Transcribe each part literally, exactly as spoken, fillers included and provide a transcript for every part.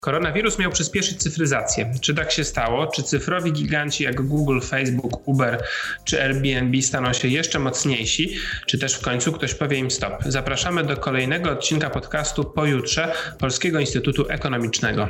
Koronawirus miał przyspieszyć cyfryzację. Czy tak się stało? Czy cyfrowi giganci jak Google, Facebook, Uber czy Airbnb staną się jeszcze mocniejsi? Czy też w końcu ktoś powie im stop? Zapraszamy do kolejnego odcinka podcastu Pojutrze Polskiego Instytutu Ekonomicznego.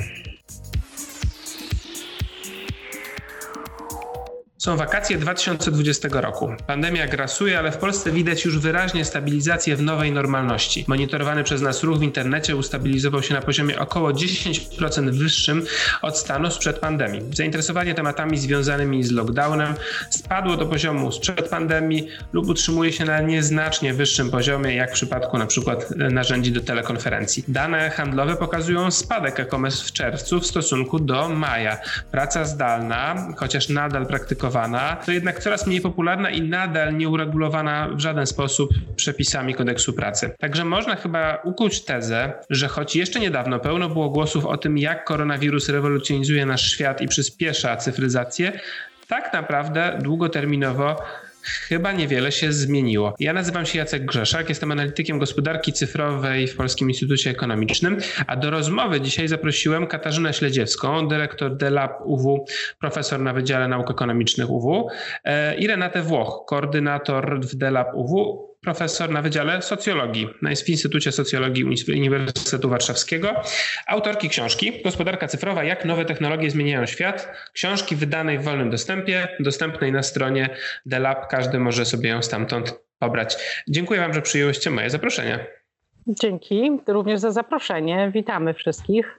Są wakacje dwa tysiące dwudziestego roku. Pandemia grasuje, ale w Polsce widać już wyraźnie stabilizację w nowej normalności. Monitorowany przez nas ruch w internecie ustabilizował się na poziomie około dziesięć procent wyższym od stanu sprzed pandemii. Zainteresowanie tematami związanymi z lockdownem spadło do poziomu sprzed pandemii lub utrzymuje się na nieznacznie wyższym poziomie, jak w przypadku np. narzędzi do telekonferencji. Dane handlowe pokazują spadek e-commerce w czerwcu w stosunku do maja. Praca zdalna, chociaż nadal praktykowana, to jednak coraz mniej popularna i nadal nieuregulowana w żaden sposób przepisami kodeksu pracy. Także można chyba ukuć tezę, że choć jeszcze niedawno pełno było głosów o tym, jak koronawirus rewolucjonizuje nasz świat i przyspiesza cyfryzację, tak naprawdę długoterminowo chyba niewiele się zmieniło. Ja nazywam się Jacek Grzeszak, jestem analitykiem gospodarki cyfrowej w Polskim Instytucie Ekonomicznym, a do rozmowy dzisiaj zaprosiłem Katarzynę Śledziewską, dyrektor D Lab U W, profesor na Wydziale Nauk Ekonomicznych U W, i Renatę Włoch, koordynator w D Lab U W, profesor na Wydziale Socjologii w Instytucie Socjologii Uniwersytetu Warszawskiego, autorki książki Gospodarka cyfrowa, jak nowe technologie zmieniają świat, książki wydanej w wolnym dostępie, dostępnej na stronie D Lab, każdy może sobie ją stamtąd pobrać. Dziękuję Wam, że przyjęłyście moje zaproszenie. Dzięki również za zaproszenie. Witamy wszystkich.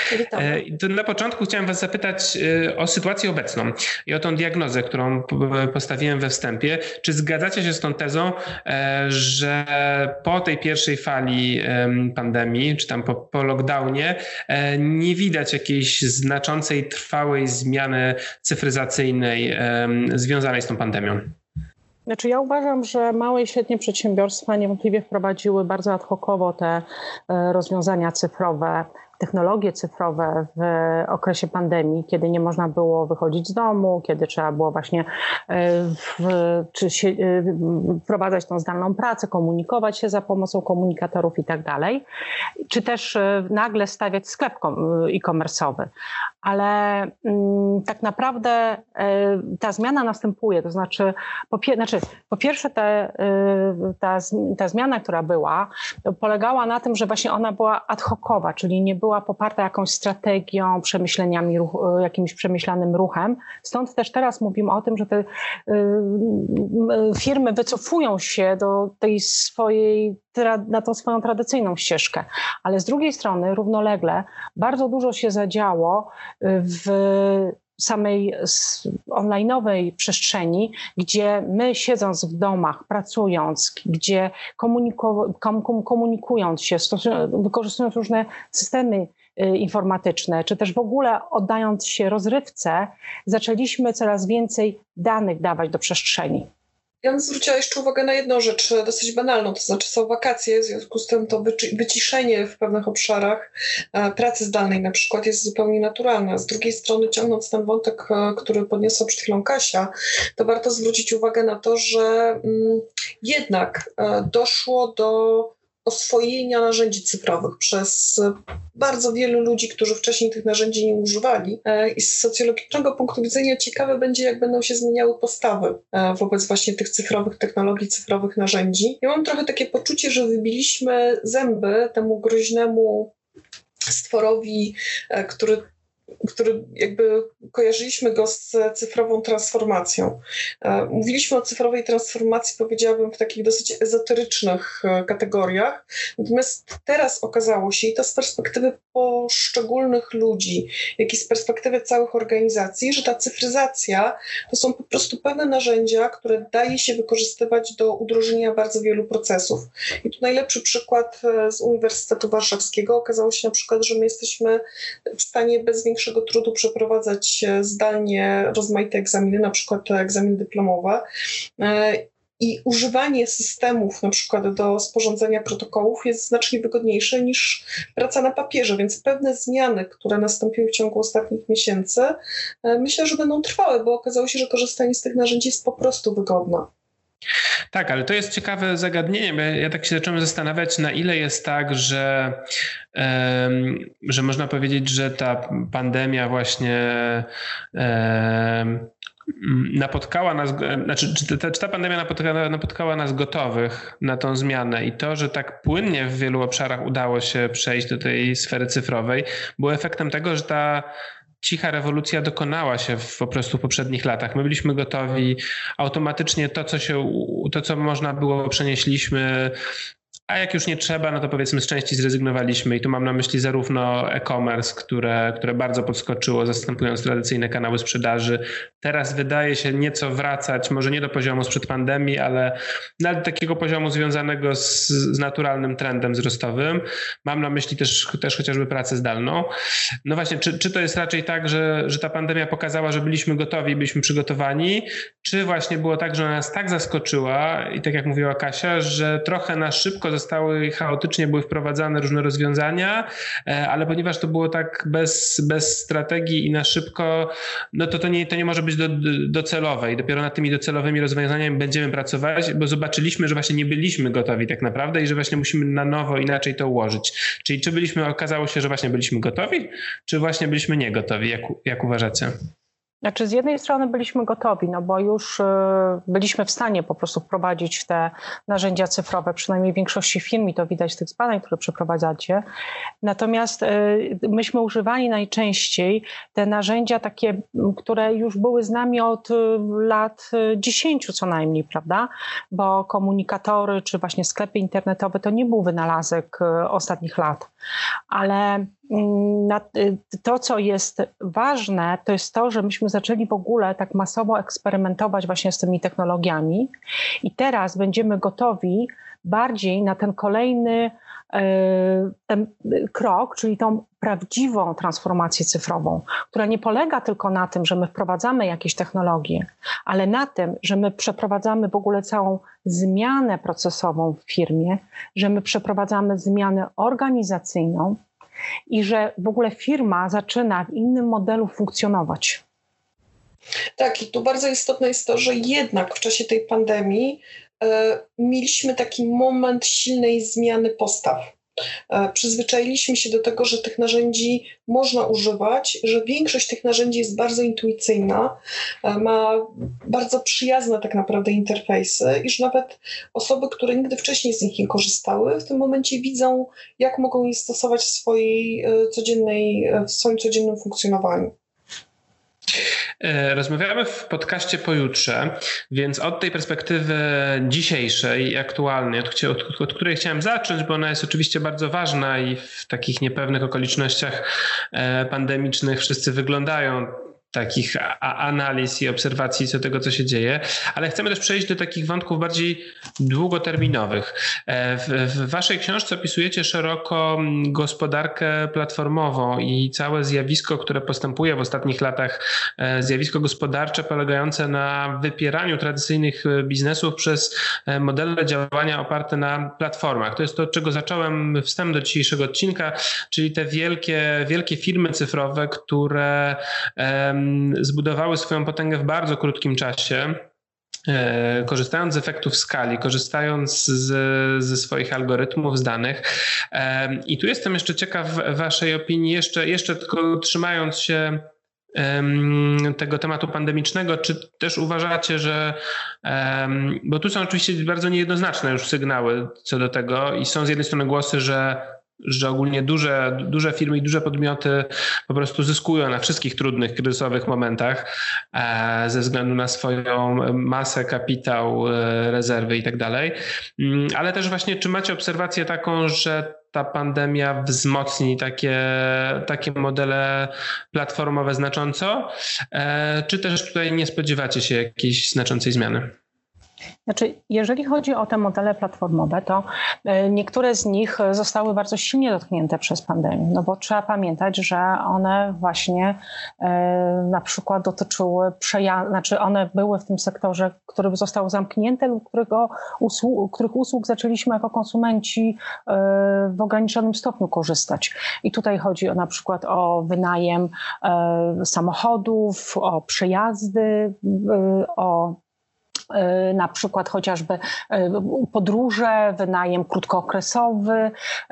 To na początku chciałem Was zapytać o sytuację obecną i o tą diagnozę, którą postawiłem we wstępie. Czy zgadzacie się z tą tezą, że po tej pierwszej fali pandemii, czy tam po, po lockdownie, nie widać jakiejś znaczącej, trwałej zmiany cyfryzacyjnej związanej z tą pandemią? Znaczy ja uważam, że małe i średnie przedsiębiorstwa niewątpliwie wprowadziły bardzo ad hocowo te rozwiązania cyfrowe, technologie cyfrowe w okresie pandemii, kiedy nie można było wychodzić z domu, kiedy trzeba było właśnie w, czy się, wprowadzać tą zdalną pracę, komunikować się za pomocą komunikatorów i tak dalej, czy też nagle stawiać sklep e-commerce'owy. Ale m, tak naprawdę y, ta zmiana następuje, to znaczy po, pie, znaczy, po pierwsze te, y, ta, ta zmiana, która była, polegała na tym, że właśnie ona była ad hocowa, czyli nie była poparta jakąś strategią, przemyśleniami, ruch, jakimś przemyślanym ruchem. Stąd też teraz mówimy o tym, że te y, y, firmy wycofują się do tej swojej, na tą swoją tradycyjną ścieżkę. Ale z drugiej strony równolegle bardzo dużo się zadziało w samej online'owej przestrzeni, gdzie my siedząc w domach, pracując, gdzie komuniko- kom- komunikując się, stosu- wykorzystując różne systemy informatyczne, czy też w ogóle oddając się rozrywce, zaczęliśmy coraz więcej danych dawać do przestrzeni. Ja bym zwróciła jeszcze uwagę na jedną rzecz dosyć banalną, to znaczy są wakacje, w związku z tym to wyciszenie w pewnych obszarach pracy zdalnej na przykład jest zupełnie naturalne. Z drugiej strony, ciągnąc ten wątek, który podniosła przed chwilą Kasia, to warto zwrócić uwagę na to, że mm, jednak doszło do oswojenia narzędzi cyfrowych przez bardzo wielu ludzi, którzy wcześniej tych narzędzi nie używali. I z socjologicznego punktu widzenia ciekawe będzie, jak będą się zmieniały postawy wobec właśnie tych cyfrowych technologii, cyfrowych narzędzi. Ja mam trochę takie poczucie, że wybiliśmy zęby temu groźnemu stworowi, który który jakby kojarzyliśmy go z cyfrową transformacją. Mówiliśmy o cyfrowej transformacji, powiedziałabym, w takich dosyć ezoterycznych kategoriach. Natomiast teraz okazało się, i to z perspektywy poszczególnych ludzi, jak i z perspektywy całych organizacji, że ta cyfryzacja to są po prostu pewne narzędzia, które daje się wykorzystywać do udrożnienia bardzo wielu procesów. I tu najlepszy przykład z Uniwersytetu Warszawskiego. Okazało się na przykład, że my jesteśmy w stanie bez większego trudu przeprowadzać zdalnie rozmaite egzaminy, na przykład egzaminy dyplomowe. I używanie systemów na przykład do sporządzenia protokołów jest znacznie wygodniejsze niż praca na papierze, więc pewne zmiany, które nastąpiły w ciągu ostatnich miesięcy, myślę, że będą trwałe, bo okazało się, że korzystanie z tych narzędzi jest po prostu wygodne. Tak, ale to jest ciekawe zagadnienie, bo ja tak się zacząłem zastanawiać, na ile jest tak, że, um, że można powiedzieć, że ta pandemia właśnie um, napotkała nas, znaczy czy ta, czy ta pandemia napotkała, napotkała nas gotowych na tą zmianę i to, że tak płynnie w wielu obszarach udało się przejść do tej sfery cyfrowej, było efektem tego, że ta cicha rewolucja dokonała się w, po prostu w poprzednich latach. My byliśmy gotowi, automatycznie to, co się, to, co można było, przenieśliśmy, a jak już nie trzeba, no to powiedzmy z części zrezygnowaliśmy i tu mam na myśli zarówno e-commerce, które, które bardzo podskoczyło, zastępując tradycyjne kanały sprzedaży. Teraz wydaje się nieco wracać, może nie do poziomu sprzed pandemii, ale do takiego poziomu związanego z, z naturalnym trendem wzrostowym. Mam na myśli też, też chociażby pracę zdalną. No właśnie, czy, czy to jest raczej tak, że, że ta pandemia pokazała, że byliśmy gotowi, byliśmy przygotowani, czy właśnie było tak, że ona nas tak zaskoczyła i tak jak mówiła Kasia, że trochę na szybko zostały chaotycznie były wprowadzane różne rozwiązania, ale ponieważ to było tak bez, bez strategii i na szybko, no to to nie, to nie może być do, docelowe i dopiero nad tymi docelowymi rozwiązaniami będziemy pracować, bo zobaczyliśmy, że właśnie nie byliśmy gotowi tak naprawdę i że właśnie musimy na nowo inaczej to ułożyć. Czyli czy byliśmy, okazało się, że właśnie byliśmy gotowi, czy właśnie byliśmy niegotowi, jak, jak uważacie? Znaczy z jednej strony byliśmy gotowi, no bo już y, byliśmy w stanie po prostu wprowadzić te narzędzia cyfrowe, przynajmniej w większości firm i to widać z tych badań, które przeprowadzacie. Natomiast y, myśmy używali najczęściej te narzędzia takie, które już były z nami od y, lat dziesięciu co najmniej, prawda? Bo komunikatory czy właśnie sklepy internetowe to nie był wynalazek y, ostatnich lat, ale to, co jest ważne, to jest to, że myśmy zaczęli w ogóle tak masowo eksperymentować właśnie z tymi technologiami i teraz będziemy gotowi bardziej na ten kolejny ten krok, czyli tą prawdziwą transformację cyfrową, która nie polega tylko na tym, że my wprowadzamy jakieś technologie, ale na tym, że my przeprowadzamy w ogóle całą zmianę procesową w firmie, że my przeprowadzamy zmianę organizacyjną, i że w ogóle firma zaczyna w innym modelu funkcjonować. Tak, i tu bardzo istotne jest to, że jednak w czasie tej pandemii e, mieliśmy taki moment silnej zmiany postaw. E, przyzwyczailiśmy się do tego, że tych narzędzi można używać, że większość tych narzędzi jest bardzo intuicyjna, e, ma bardzo przyjazne tak naprawdę interfejsy i że nawet osoby, które nigdy wcześniej z nich nie korzystały, w tym momencie widzą, jak mogą je stosować w swojej e, codziennej, e, w swoim codziennym funkcjonowaniu. Rozmawiamy w podcaście Pojutrze, więc od tej perspektywy dzisiejszej i aktualnej, od, od, od której chciałem zacząć, bo ona jest oczywiście bardzo ważna i w takich niepewnych okolicznościach pandemicznych wszyscy wyglądają takich analiz i obserwacji co tego, co się dzieje, ale chcemy też przejść do takich wątków bardziej długoterminowych. W, w waszej książce opisujecie szeroko gospodarkę platformową i całe zjawisko, które postępuje w ostatnich latach, zjawisko gospodarcze polegające na wypieraniu tradycyjnych biznesów przez modele działania oparte na platformach. To jest to, od czego zacząłem wstęp do dzisiejszego odcinka, czyli te wielkie, wielkie firmy cyfrowe, które zbudowały swoją potęgę w bardzo krótkim czasie, korzystając z efektów skali, korzystając z, ze swoich algorytmów, z danych. I tu jestem jeszcze ciekaw waszej opinii, jeszcze, jeszcze tylko trzymając się tego tematu pandemicznego, czy też uważacie, że, bo tu są oczywiście bardzo niejednoznaczne już sygnały co do tego i są z jednej strony głosy, że że ogólnie duże, duże firmy i duże podmioty po prostu zyskują na wszystkich trudnych, kryzysowych momentach e, ze względu na swoją masę, kapitał, e, rezerwy i tak dalej. Ale też właśnie, czy macie obserwację taką, że ta pandemia wzmocni takie, takie modele platformowe znacząco, e, czy też tutaj nie spodziewacie się jakiejś znaczącej zmiany? Znaczy, jeżeli chodzi o te modele platformowe, to niektóre z nich zostały bardzo silnie dotknięte przez pandemię, no bo trzeba pamiętać, że one właśnie na przykład dotyczyły przejazdu, znaczy one były w tym sektorze, który został zamknięty lub którego usług, których usług zaczęliśmy jako konsumenci w ograniczonym stopniu korzystać. I tutaj chodzi o na przykład o wynajem samochodów, o przejazdy, o na przykład chociażby podróże, wynajem krótkookresowy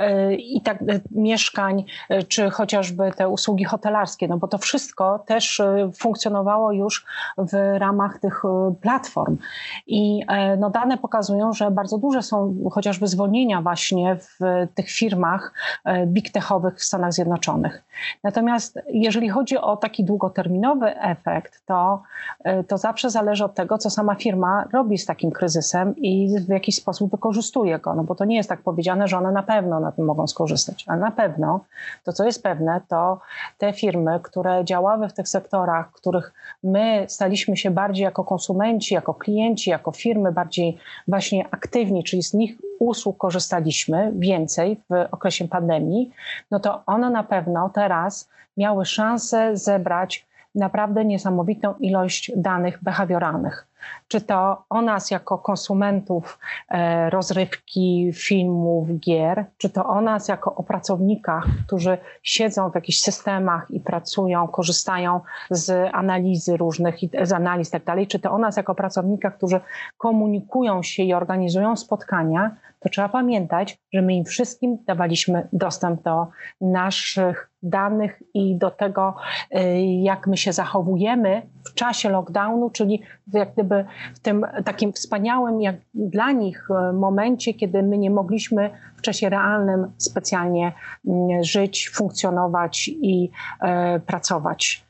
i tak mieszkań, czy chociażby te usługi hotelarskie, no bo to wszystko też funkcjonowało już w ramach tych platform. I no, dane pokazują, że bardzo duże są chociażby zwolnienia właśnie w tych firmach big techowych w Stanach Zjednoczonych. Natomiast jeżeli chodzi o taki długoterminowy efekt, to, to zawsze zależy od tego, co sama firma robi z takim kryzysem i w jakiś sposób wykorzystuje go. No bo to nie jest tak powiedziane, że one na pewno na tym mogą skorzystać, ale na pewno to, co jest pewne, to te firmy, które działały w tych sektorach, w których my staliśmy się bardziej jako konsumenci, jako klienci, jako firmy bardziej właśnie aktywni, czyli z nich usług korzystaliśmy więcej w okresie pandemii, no to one na pewno teraz miały szansę zebrać naprawdę niesamowitą ilość danych behawioralnych. Czy to o nas jako konsumentów e, rozrywki, filmów, gier, czy to o nas jako o pracownikach, którzy siedzą w jakichś systemach i pracują, korzystają z analizy różnych, z analiz i tak dalej, czy to o nas jako pracownikach, którzy komunikują się i organizują spotkania, to trzeba pamiętać, że my im wszystkim dawaliśmy dostęp do naszych danych i do tego, jak my się zachowujemy w czasie lockdownu, czyli jak gdyby w tym takim wspaniałym jak dla nich momencie, kiedy my nie mogliśmy w czasie realnym specjalnie żyć, funkcjonować i e, pracować.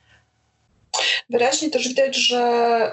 Wyraźnie też widać, że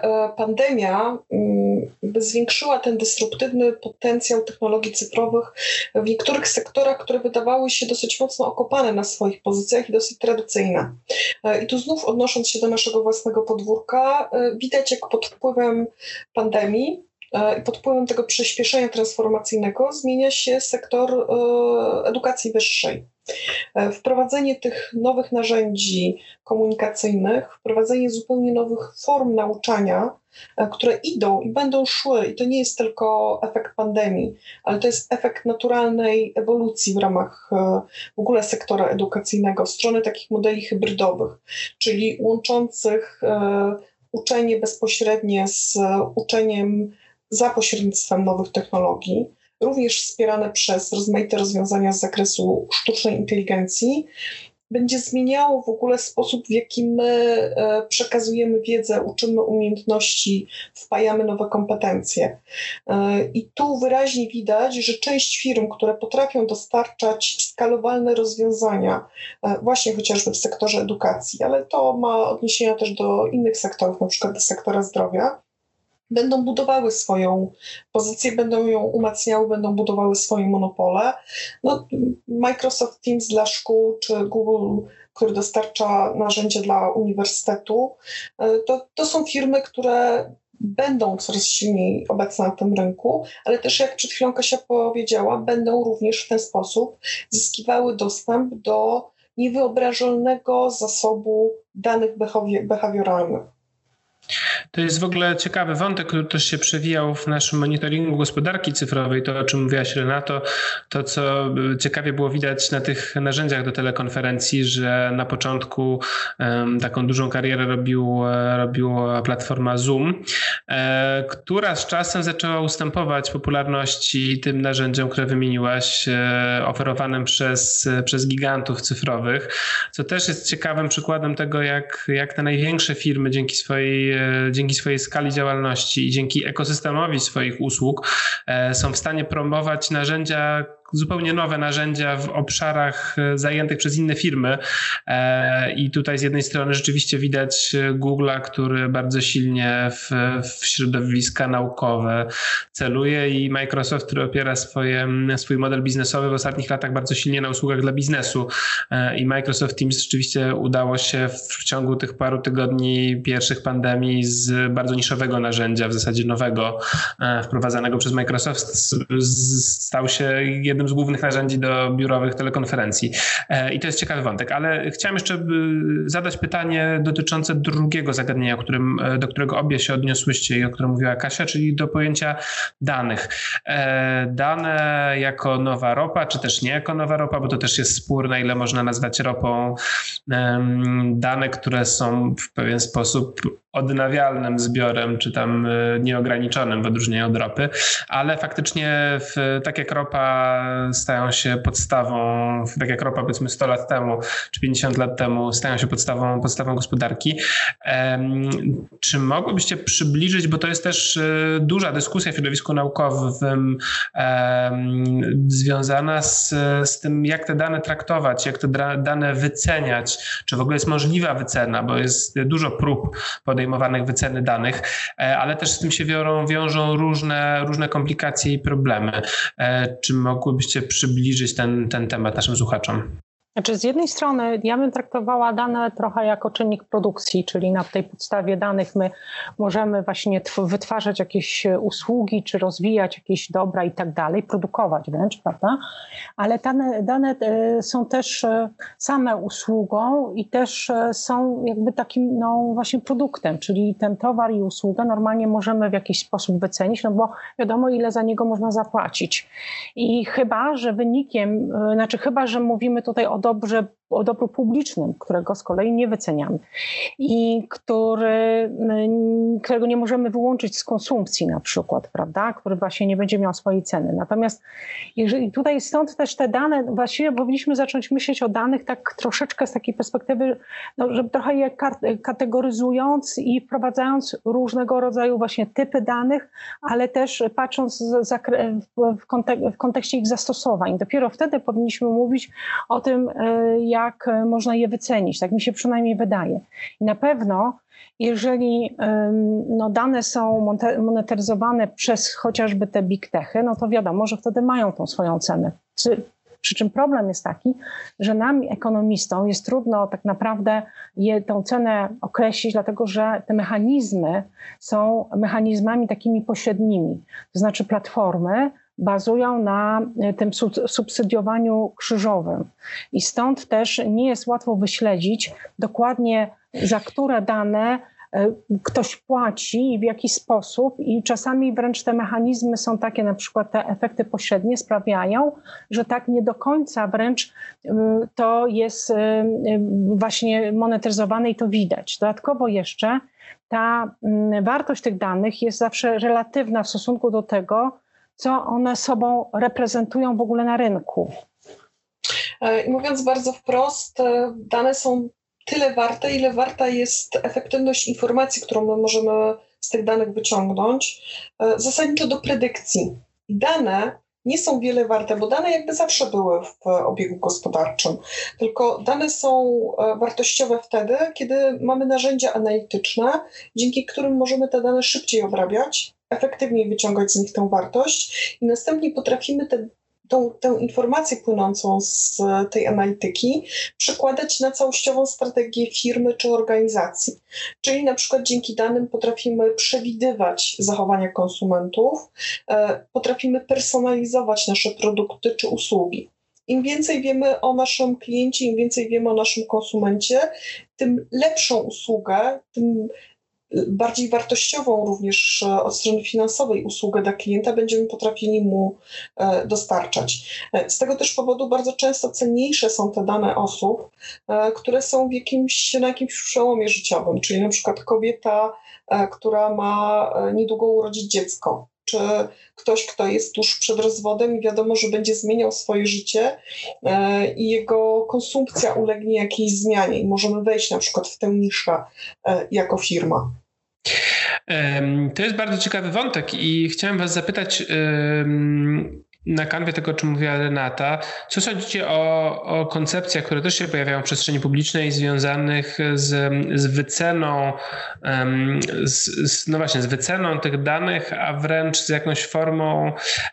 pandemia zwiększyła ten dysruptywny potencjał technologii cyfrowych w niektórych sektorach, które wydawały się dosyć mocno okopane na swoich pozycjach i dosyć tradycyjne. I tu znów odnosząc się do naszego własnego podwórka, widać jak pod wpływem pandemii i pod wpływem tego przyspieszenia transformacyjnego zmienia się sektor edukacji wyższej. Wprowadzenie tych nowych narzędzi komunikacyjnych, wprowadzenie zupełnie nowych form nauczania, które idą i będą szły, i to nie jest tylko efekt pandemii, ale to jest efekt naturalnej ewolucji w ramach w ogóle sektora edukacyjnego, w stronę takich modeli hybrydowych, czyli łączących uczenie bezpośrednie z uczeniem za pośrednictwem nowych technologii, również wspierane przez rozmaite rozwiązania z zakresu sztucznej inteligencji, będzie zmieniało w ogóle sposób, w jaki my przekazujemy wiedzę, uczymy umiejętności, wpajamy nowe kompetencje. I tu wyraźnie widać, że część firm, które potrafią dostarczać skalowalne rozwiązania, właśnie chociażby w sektorze edukacji, ale to ma odniesienia też do innych sektorów, na przykład do sektora zdrowia, będą budowały swoją pozycję, będą ją umacniały, będą budowały swoje monopole. No, Microsoft Teams dla szkół, czy Google, który dostarcza narzędzia dla uniwersytetu, to, to są firmy, które będą coraz silniej obecne na tym rynku, ale też jak przed chwilą Kasia powiedziała, będą również w ten sposób zyskiwały dostęp do niewyobrażalnego zasobu danych behawioralnych. To jest w ogóle ciekawy wątek, który też się przewijał w naszym monitoringu gospodarki cyfrowej, to o czym mówiłaś Renato, to co ciekawie było widać na tych narzędziach do telekonferencji, że na początku um, taką dużą karierę robił, robiła platforma Zoom, e, która z czasem zaczęła ustępować popularności tym narzędziom, które wymieniłaś, e, oferowanym przez, przez gigantów cyfrowych, co też jest ciekawym przykładem tego, jak, jak te największe firmy dzięki swojej dzięki swojej skali działalności i dzięki ekosystemowi swoich usług są w stanie promować narzędzia, zupełnie nowe narzędzia w obszarach zajętych przez inne firmy. I tutaj z jednej strony rzeczywiście widać Google'a, który bardzo silnie w, w środowiska naukowe celuje, i Microsoft, który opiera swoje, swój model biznesowy w ostatnich latach bardzo silnie na usługach dla biznesu. I Microsoft Teams rzeczywiście udało się w ciągu tych paru tygodni pierwszych pandemii z bardzo niszowego narzędzia, w zasadzie nowego, wprowadzanego przez Microsoft, stał się jednym z głównych narzędzi do biurowych telekonferencji. I to jest ciekawy wątek, ale chciałem jeszcze zadać pytanie dotyczące drugiego zagadnienia, o którym, do którego obie się odniosłyście i o którym mówiła Kasia, czyli do pojęcia danych. Dane jako nowa ropa, czy też nie jako nowa ropa, bo to też jest spór, na ile można nazwać ropą dane, które są w pewien sposób odnawialnym zbiorem, czy tam nieograniczonym w odróżnieniu od ropy, ale faktycznie w, tak jak ropa stają się podstawą, tak jak ropa powiedzmy sto lat temu, czy pięćdziesiąt lat temu stają się podstawą, podstawą gospodarki. Czy mogłybyście przybliżyć, bo to jest też duża dyskusja w środowisku naukowym związana z, z tym, jak te dane traktować, jak te dane wyceniać, czy w ogóle jest możliwa wycena, bo jest dużo prób podejmowanych wyceny danych, ale też z tym się wiążą, wiążą różne, różne komplikacje i problemy. Czy mogłybyście przybliżyć ten, ten temat naszym słuchaczom? Znaczy z jednej strony ja bym traktowała dane trochę jako czynnik produkcji, czyli na tej podstawie danych my możemy właśnie wytwarzać jakieś usługi, czy rozwijać jakieś dobra i tak dalej, produkować wręcz, prawda? Ale dane, dane są też same usługą i też są jakby takim no właśnie produktem, czyli ten towar i usługę normalnie możemy w jakiś sposób wycenić, no bo wiadomo ile za niego można zapłacić. I chyba, że wynikiem, znaczy chyba, że mówimy tutaj o dobrze, o dobru publicznym, którego z kolei nie wyceniamy i który, którego nie możemy wyłączyć z konsumpcji na przykład, prawda, który właśnie nie będzie miał swojej ceny. Natomiast jeżeli tutaj stąd też te dane, właściwie powinniśmy zacząć myśleć o danych tak troszeczkę z takiej perspektywy, no, żeby trochę je kategoryzując i wprowadzając różnego rodzaju właśnie typy danych, ale też patrząc w, kontek- w kontekście ich zastosowań. Dopiero wtedy powinniśmy mówić o tym, jak można je wycenić. Tak mi się przynajmniej wydaje. I na pewno, jeżeli no, dane są monetaryzowane przez chociażby te big techy, no to wiadomo, że wtedy mają tą swoją cenę. Przy, przy czym problem jest taki, że nam, ekonomistom, jest trudno tak naprawdę je, tą cenę określić, dlatego że te mechanizmy są mechanizmami takimi pośrednimi. To znaczy platformy bazują na tym subsydiowaniu krzyżowym. I stąd też nie jest łatwo wyśledzić dokładnie, za które dane ktoś płaci i w jaki sposób. I czasami wręcz te mechanizmy są takie, na przykład te efekty pośrednie sprawiają, że tak nie do końca wręcz to jest właśnie monetyzowane i to widać. Dodatkowo jeszcze ta wartość tych danych jest zawsze relatywna w stosunku do tego, co one sobą reprezentują w ogóle na rynku. I mówiąc bardzo wprost, dane są tyle warte, ile warta jest efektywność informacji, którą my możemy z tych danych wyciągnąć, zasadniczo do predykcji. Dane nie są wiele warte, bo dane jakby zawsze były w obiegu gospodarczym, tylko dane są wartościowe wtedy, kiedy mamy narzędzia analityczne, dzięki którym możemy te dane szybciej obrabiać, efektywniej wyciągać z nich tę wartość i następnie potrafimy te, tą, tę informację płynącą z tej analityki przekładać na całościową strategię firmy czy organizacji. Czyli na przykład dzięki danym potrafimy przewidywać zachowania konsumentów, e, potrafimy personalizować nasze produkty czy usługi. Im więcej wiemy o naszym kliencie, im więcej wiemy o naszym konsumencie, tym lepszą usługę, tym bardziej wartościową również od strony finansowej usługę dla klienta będziemy potrafili mu dostarczać. Z tego też powodu bardzo często cenniejsze są te dane osób, które są w jakimś, na jakimś przełomie życiowym, czyli na przykład kobieta, która ma niedługo urodzić dziecko, czy ktoś, kto jest tuż przed rozwodem i wiadomo, że będzie zmieniał swoje życie i jego konsumpcja ulegnie jakiejś zmianie i możemy wejść na przykład w tę niszę jako firma. To jest bardzo ciekawy wątek i chciałem was zapytać na kanwie tego, o czym mówiła Renata, co sądzicie o, o koncepcjach, które też się pojawiają w przestrzeni publicznej związanych z, z wyceną, z, z, no właśnie, z wyceną tych danych, a wręcz z jakąś formą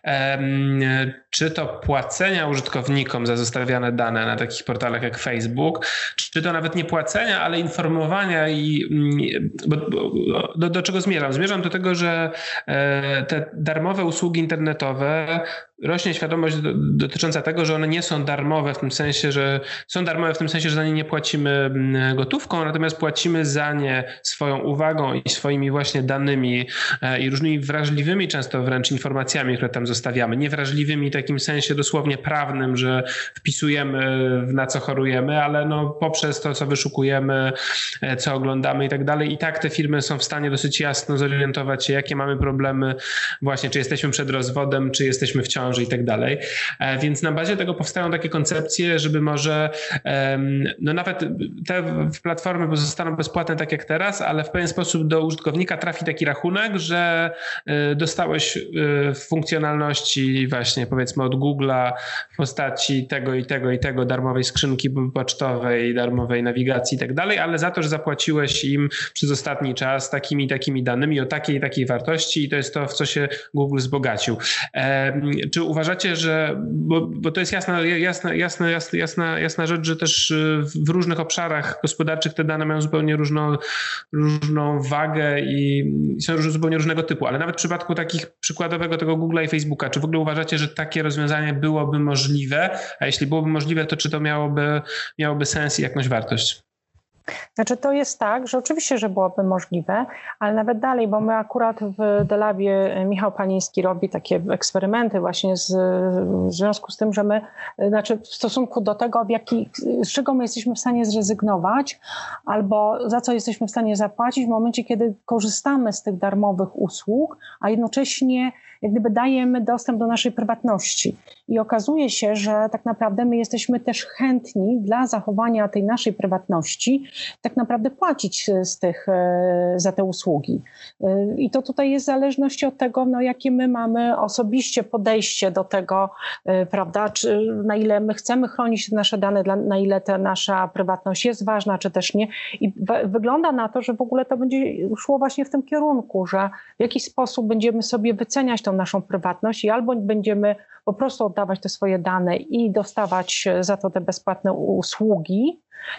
czy to płacenia użytkownikom za zostawiane dane na takich portalach jak Facebook, czy to nawet nie płacenia, ale informowania i bo, bo, do, do czego zmierzam? Zmierzam do tego, że te darmowe usługi internetowe rośnie świadomość do, dotycząca tego, że one nie są darmowe w tym sensie, że są darmowe w tym sensie, że za nie nie płacimy gotówką, natomiast płacimy za nie swoją uwagą i swoimi właśnie danymi i różnymi wrażliwymi często wręcz informacjami, które tam zostawiamy. Niewrażliwymi w takim sensie dosłownie prawnym, że wpisujemy na co chorujemy, ale no poprzez to, co wyszukujemy, co oglądamy i tak dalej. I tak te firmy są w stanie dosyć jasno zorientować się, jakie mamy problemy właśnie, czy jesteśmy przed rozwodem, czy jesteśmy w ciąży i tak dalej. Więc na bazie tego powstają takie koncepcje, żeby może no nawet te platformy pozostaną bezpłatne tak jak teraz, ale w pewien sposób do użytkownika trafi taki rachunek, że dostałeś funkcjonalności właśnie powiedzmy od Google'a w postaci tego i tego i tego, darmowej skrzynki pocztowej, darmowej nawigacji i tak dalej, ale za to, że zapłaciłeś im przez ostatni czas takimi takimi danymi o takiej i takiej wartości i to jest to, w co się Google wzbogacił. E, czy uważacie, że, bo, bo to jest jasna, jasna, jasna, jasna, jasna, jasna rzecz, że też w różnych obszarach gospodarczych te dane mają zupełnie różną, różną wagę i są zupełnie różnego typu, ale nawet w przypadku takich przykładowego tego Google'a i Facebooka, czy w ogóle uważacie, że takie rozwiązanie byłoby możliwe, a jeśli byłoby możliwe, to czy to miałoby, miałoby sens i jakąś wartość? Znaczy to jest tak, że oczywiście, że byłoby możliwe, ale nawet dalej, bo my akurat w Delabie Michał Paniński robi takie eksperymenty właśnie z, w związku z tym, że my, znaczy w stosunku do tego, w jaki, z czego my jesteśmy w stanie zrezygnować albo za co jesteśmy w stanie zapłacić w momencie, kiedy korzystamy z tych darmowych usług, a jednocześnie jak gdyby dajemy dostęp do naszej prywatności. I okazuje się, że tak naprawdę my jesteśmy też chętni dla zachowania tej naszej prywatności tak naprawdę płacić z tych, za te usługi. I to tutaj jest w zależności od tego, no, jakie my mamy osobiście podejście do tego, prawda, czy na ile my chcemy chronić nasze dane, na ile ta nasza prywatność jest ważna, czy też nie. I wygląda na to, że w ogóle to będzie szło właśnie w tym kierunku, że w jakiś sposób będziemy sobie wyceniać tą naszą prywatność i albo będziemy po prostu oddawać te swoje dane i dostawać za to te bezpłatne usługi,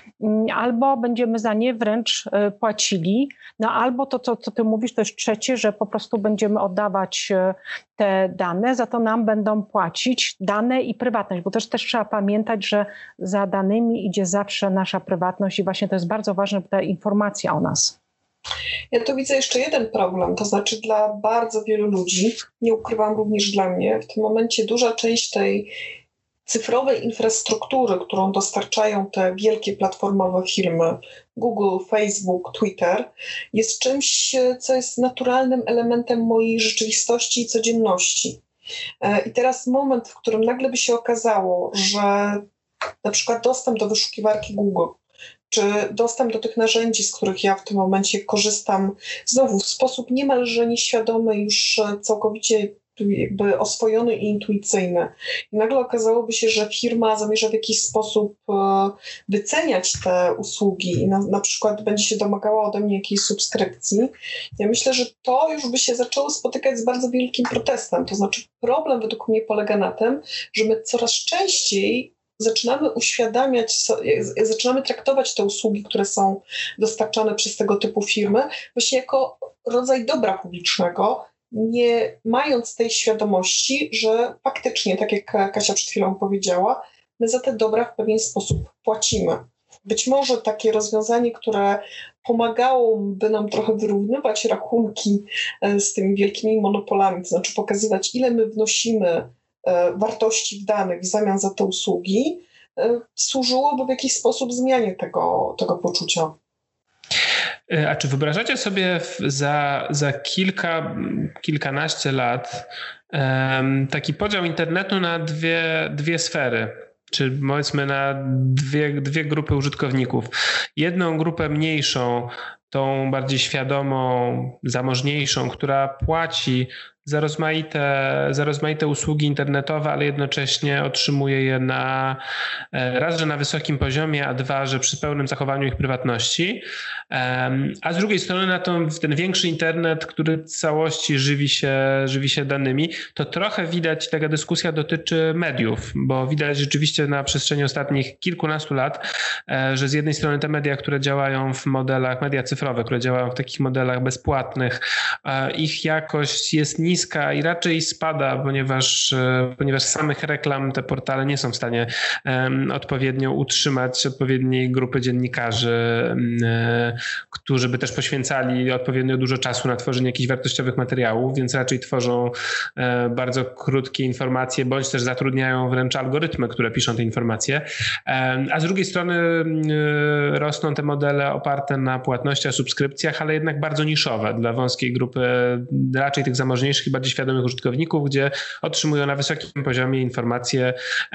albo będziemy za nie wręcz płacili, no albo to, co, co ty mówisz, to jest trzecie, że po prostu będziemy oddawać te dane, za to nam będą płacić dane i prywatność, bo też, też trzeba pamiętać, że za danymi idzie zawsze nasza prywatność i właśnie to jest bardzo ważne, ta informacja o nas. Ja tu widzę jeszcze jeden problem, to znaczy dla bardzo wielu ludzi, nie ukrywam również dla mnie, w tym momencie duża część tej cyfrowej infrastruktury, którą dostarczają te wielkie platformowe firmy, Google, Facebook, Twitter, jest czymś, co jest naturalnym elementem mojej rzeczywistości i codzienności. I teraz moment, w którym nagle by się okazało, że na przykład dostęp do wyszukiwarki Google, czy dostęp do tych narzędzi, z których ja w tym momencie korzystam, znowu w sposób niemalże nieświadomy, już całkowicie jakby oswojony i intuicyjny. I nagle okazałoby się, że firma zamierza w jakiś sposób wyceniać te usługi i na, na przykład będzie się domagała ode mnie jakiejś subskrypcji. Ja myślę, że to już by się zaczęło spotykać z bardzo wielkim protestem. To znaczy problem według mnie polega na tym, że my coraz częściej zaczynamy uświadamiać, zaczynamy traktować te usługi, które są dostarczane przez tego typu firmy, właśnie jako rodzaj dobra publicznego, nie mając tej świadomości, że faktycznie, tak jak Kasia przed chwilą powiedziała, my za te dobra w pewien sposób płacimy. Być może takie rozwiązanie, które pomagałoby nam trochę wyrównywać rachunki z tymi wielkimi monopolami, to znaczy pokazywać, ile my wnosimy wartości w danych w zamian za te usługi, służyłoby w jakiś sposób zmianie tego, tego poczucia. A czy wyobrażacie sobie za, za kilka, kilkanaście lat um, taki podział internetu na dwie, dwie sfery? Czy powiedzmy na dwie, dwie grupy użytkowników. Jedną grupę mniejszą, tą bardziej świadomą, zamożniejszą, która płaci za rozmaite, za rozmaite usługi internetowe, ale jednocześnie otrzymuje je na raz, że na wysokim poziomie, a dwa, że przy pełnym zachowaniu ich prywatności. A z drugiej strony na to, ten większy internet, który w całości żywi się, żywi się danymi, to trochę widać, taka dyskusja dotyczy mediów, bo widać rzeczywiście na przestrzeni ostatnich kilkunastu lat, że z jednej strony te media, które działają w modelach, media cyfrowe, które działają w takich modelach bezpłatnych, ich jakość jest niska i raczej spada, ponieważ, ponieważ z samych reklam te portale nie są w stanie odpowiednio utrzymać odpowiedniej grupy dziennikarzy, którzy by też poświęcali odpowiednio dużo czasu na tworzenie jakichś wartościowych materiałów, więc raczej tworzą bardzo krótkie informacje, bądź też zatrudniają wręcz algorytmy, które piszą te informacje. A z drugiej strony rosną te modele oparte na płatnościach, subskrypcjach, ale jednak bardzo niszowe dla wąskiej grupy, raczej tych zamożniejszych i bardziej świadomych użytkowników, gdzie otrzymują na wysokim poziomie informacje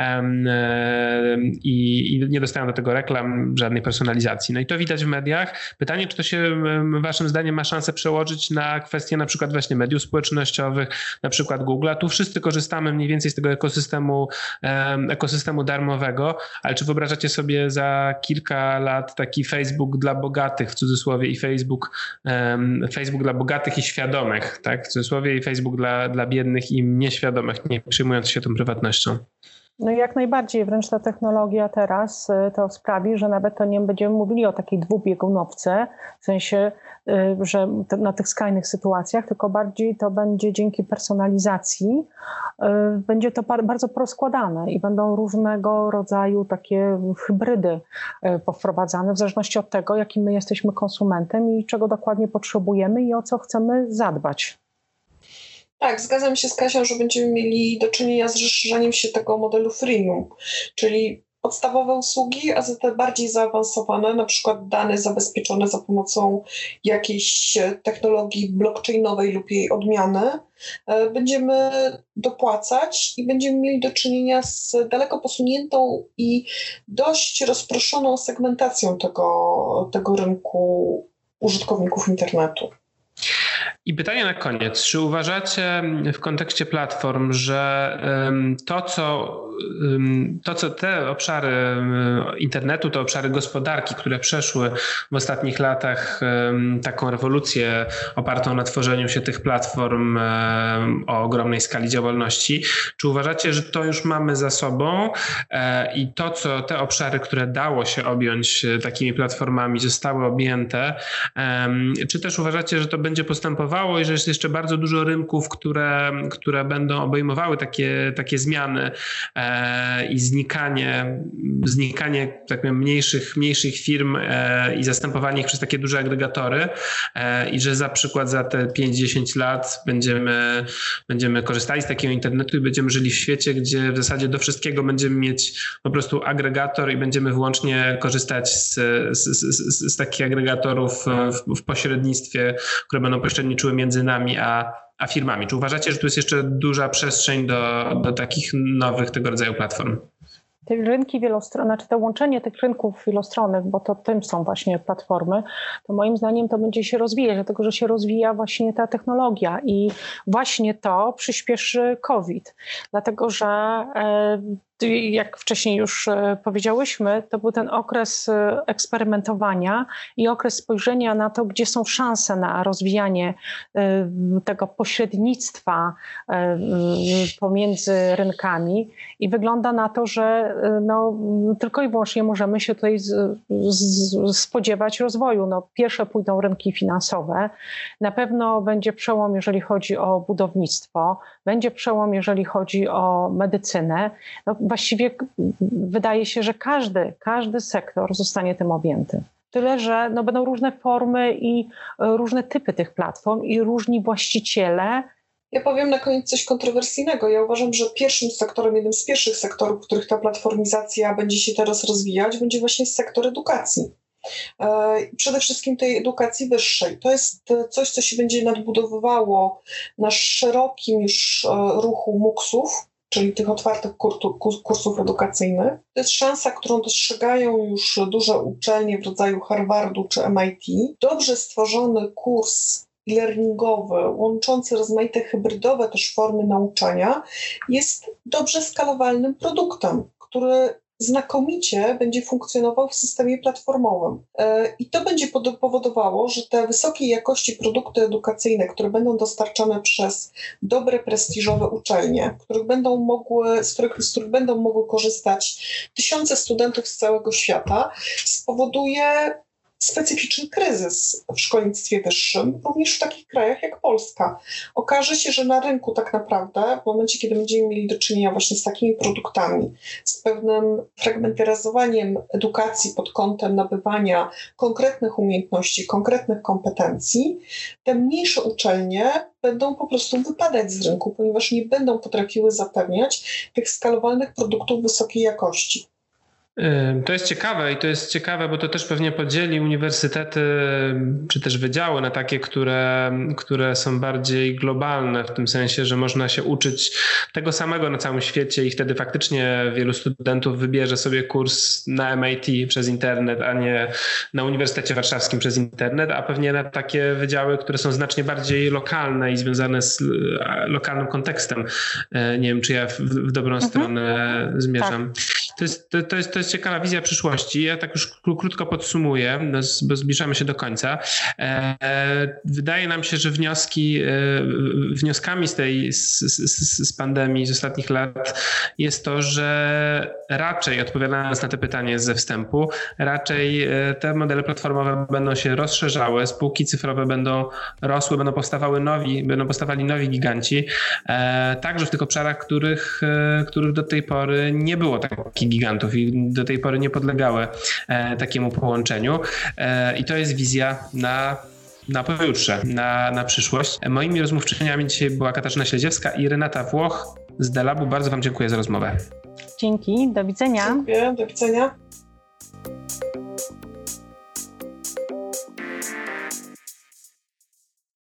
i, i nie dostają do tego reklam, żadnej personalizacji. No i to widać w mediach. Pytanie, czy to się waszym zdaniem ma szansę przełożyć na kwestie na przykład właśnie mediów społecznościowych, na przykład Google'a. Tu wszyscy korzystamy mniej więcej z tego ekosystemu, ekosystemu darmowego, ale czy wyobrażacie sobie za kilka lat taki Facebook dla bogatych w cudzysłowie i Facebook, Facebook dla bogatych i świadomych, tak, w cudzysłowie, i Facebook dla, dla biednych i nieświadomych, nie przejmując się tą prywatnością? No jak najbardziej, wręcz ta technologia teraz to sprawi, że nawet to nie będziemy mówili o takiej dwubiegunowce, w sensie, że na tych skrajnych sytuacjach, tylko bardziej to będzie dzięki personalizacji, będzie to bardzo porozkładane i będą różnego rodzaju takie hybrydy powprowadzane w zależności od tego, jakim my jesteśmy konsumentem i czego dokładnie potrzebujemy i o co chcemy zadbać. Tak, zgadzam się z Kasią, że będziemy mieli do czynienia z rozszerzeniem się tego modelu freemium, czyli podstawowe usługi, a za te bardziej zaawansowane, na przykład dane zabezpieczone za pomocą jakiejś technologii blockchainowej lub jej odmiany, będziemy dopłacać i będziemy mieli do czynienia z daleko posuniętą i dość rozproszoną segmentacją tego, tego rynku użytkowników internetu. I pytanie na koniec. Czy uważacie w kontekście platform, że to, co, to, co te obszary internetu, te obszary gospodarki, które przeszły w ostatnich latach taką rewolucję opartą na tworzeniu się tych platform o ogromnej skali działalności, czy uważacie, że to już mamy za sobą i to, co te obszary, które dało się objąć takimi platformami, zostały objęte, czy też uważacie, że to będzie postępowało i że jest jeszcze bardzo dużo rynków, które, które będą obejmowały takie, takie zmiany e, i znikanie, znikanie tak powiem, mniejszych, mniejszych firm e, i zastępowanie ich przez takie duże agregatory e, i że za przykład za te pięć do dziesięciu lat będziemy, będziemy korzystali z takiego internetu i będziemy żyli w świecie, gdzie w zasadzie do wszystkiego będziemy mieć po prostu agregator i będziemy wyłącznie korzystać z, z, z, z takich agregatorów w, w pośrednictwie, które będą pośredniczyły między nami a, a firmami. Czy uważacie, że tu jest jeszcze duża przestrzeń do, do takich nowych tego rodzaju platform? Te rynki wielostronne, znaczy to łączenie tych rynków wielostronnych, bo to tym są właśnie platformy, to moim zdaniem to będzie się rozwijać, dlatego że się rozwija właśnie ta technologia i właśnie to przyspieszy COVID, dlatego że e, jak wcześniej już powiedziałyśmy, to był ten okres eksperymentowania i okres spojrzenia na to, gdzie są szanse na rozwijanie tego pośrednictwa pomiędzy rynkami i wygląda na to, że no, tylko i wyłącznie możemy się tutaj z, z, spodziewać rozwoju. No, pierwsze pójdą rynki finansowe, na pewno będzie przełom, jeżeli chodzi o budownictwo, będzie przełom, jeżeli chodzi o medycynę. No, właściwie wydaje się, że każdy, każdy sektor zostanie tym objęty. Tyle, że no, będą różne formy i różne typy tych platform i różni właściciele. Ja powiem na koniec coś kontrowersyjnego. Ja uważam, że pierwszym sektorem, jednym z pierwszych sektorów, w których ta platformizacja będzie się teraz rozwijać, będzie właśnie sektor edukacji. Przede wszystkim tej edukacji wyższej. To jest coś, co się będzie nadbudowywało na szerokim już ruchu muksów, czyli tych otwartych kursów edukacyjnych. To jest szansa, którą dostrzegają już duże uczelnie w rodzaju Harvardu czy M I T. Dobrze stworzony kurs e-learningowy, łączący rozmaite hybrydowe też formy nauczania, jest dobrze skalowalnym produktem, który znakomicie będzie funkcjonował w systemie platformowym. I to będzie powodowało, że te wysokiej jakości produkty edukacyjne, które będą dostarczane przez dobre, prestiżowe uczelnie, których będą mogły, z, których, z których będą mogły korzystać tysiące studentów z całego świata, spowoduje specyficzny kryzys w szkolnictwie wyższym, również w takich krajach jak Polska. Okaże się, że na rynku tak naprawdę, w momencie, kiedy będziemy mieli do czynienia właśnie z takimi produktami, z pewnym fragmentaryzowaniem edukacji pod kątem nabywania konkretnych umiejętności, konkretnych kompetencji, te mniejsze uczelnie będą po prostu wypadać z rynku, ponieważ nie będą potrafiły zapewniać tych skalowalnych produktów wysokiej jakości. To jest ciekawe i to jest ciekawe, bo to też pewnie podzieli uniwersytety czy też wydziały na takie, które, które są bardziej globalne, w tym sensie, że można się uczyć tego samego na całym świecie i wtedy faktycznie wielu studentów wybierze sobie kurs na M I T przez internet, a nie na Uniwersytecie Warszawskim przez internet, a pewnie na takie wydziały, które są znacznie bardziej lokalne i związane z lokalnym kontekstem. Nie wiem, czy ja w, w dobrą mhm. stronę zmierzam. Tak. To jest, to, to, jest, to jest ciekawa wizja przyszłości. Ja tak już krótko podsumuję, bo zbliżamy się do końca. Wydaje nam się, że wnioski, wnioskami z tej z, z, z pandemii z ostatnich lat jest to, że raczej, odpowiadając na to pytanie ze wstępu, raczej te modele platformowe będą się rozszerzały, spółki cyfrowe będą rosły, będą powstawały nowi, będą powstawali nowi giganci, także w tych obszarach, których, których do tej pory nie było takich gigantów i do tej pory nie podlegały e, takiemu połączeniu e, i to jest wizja na, na pojutrze, na, na przyszłość. Moimi rozmówczyniami dzisiaj była Katarzyna Śledziewska i Renata Włoch z Delabu. Bardzo Wam dziękuję za rozmowę. Dzięki, do widzenia. Dziękuję, do widzenia.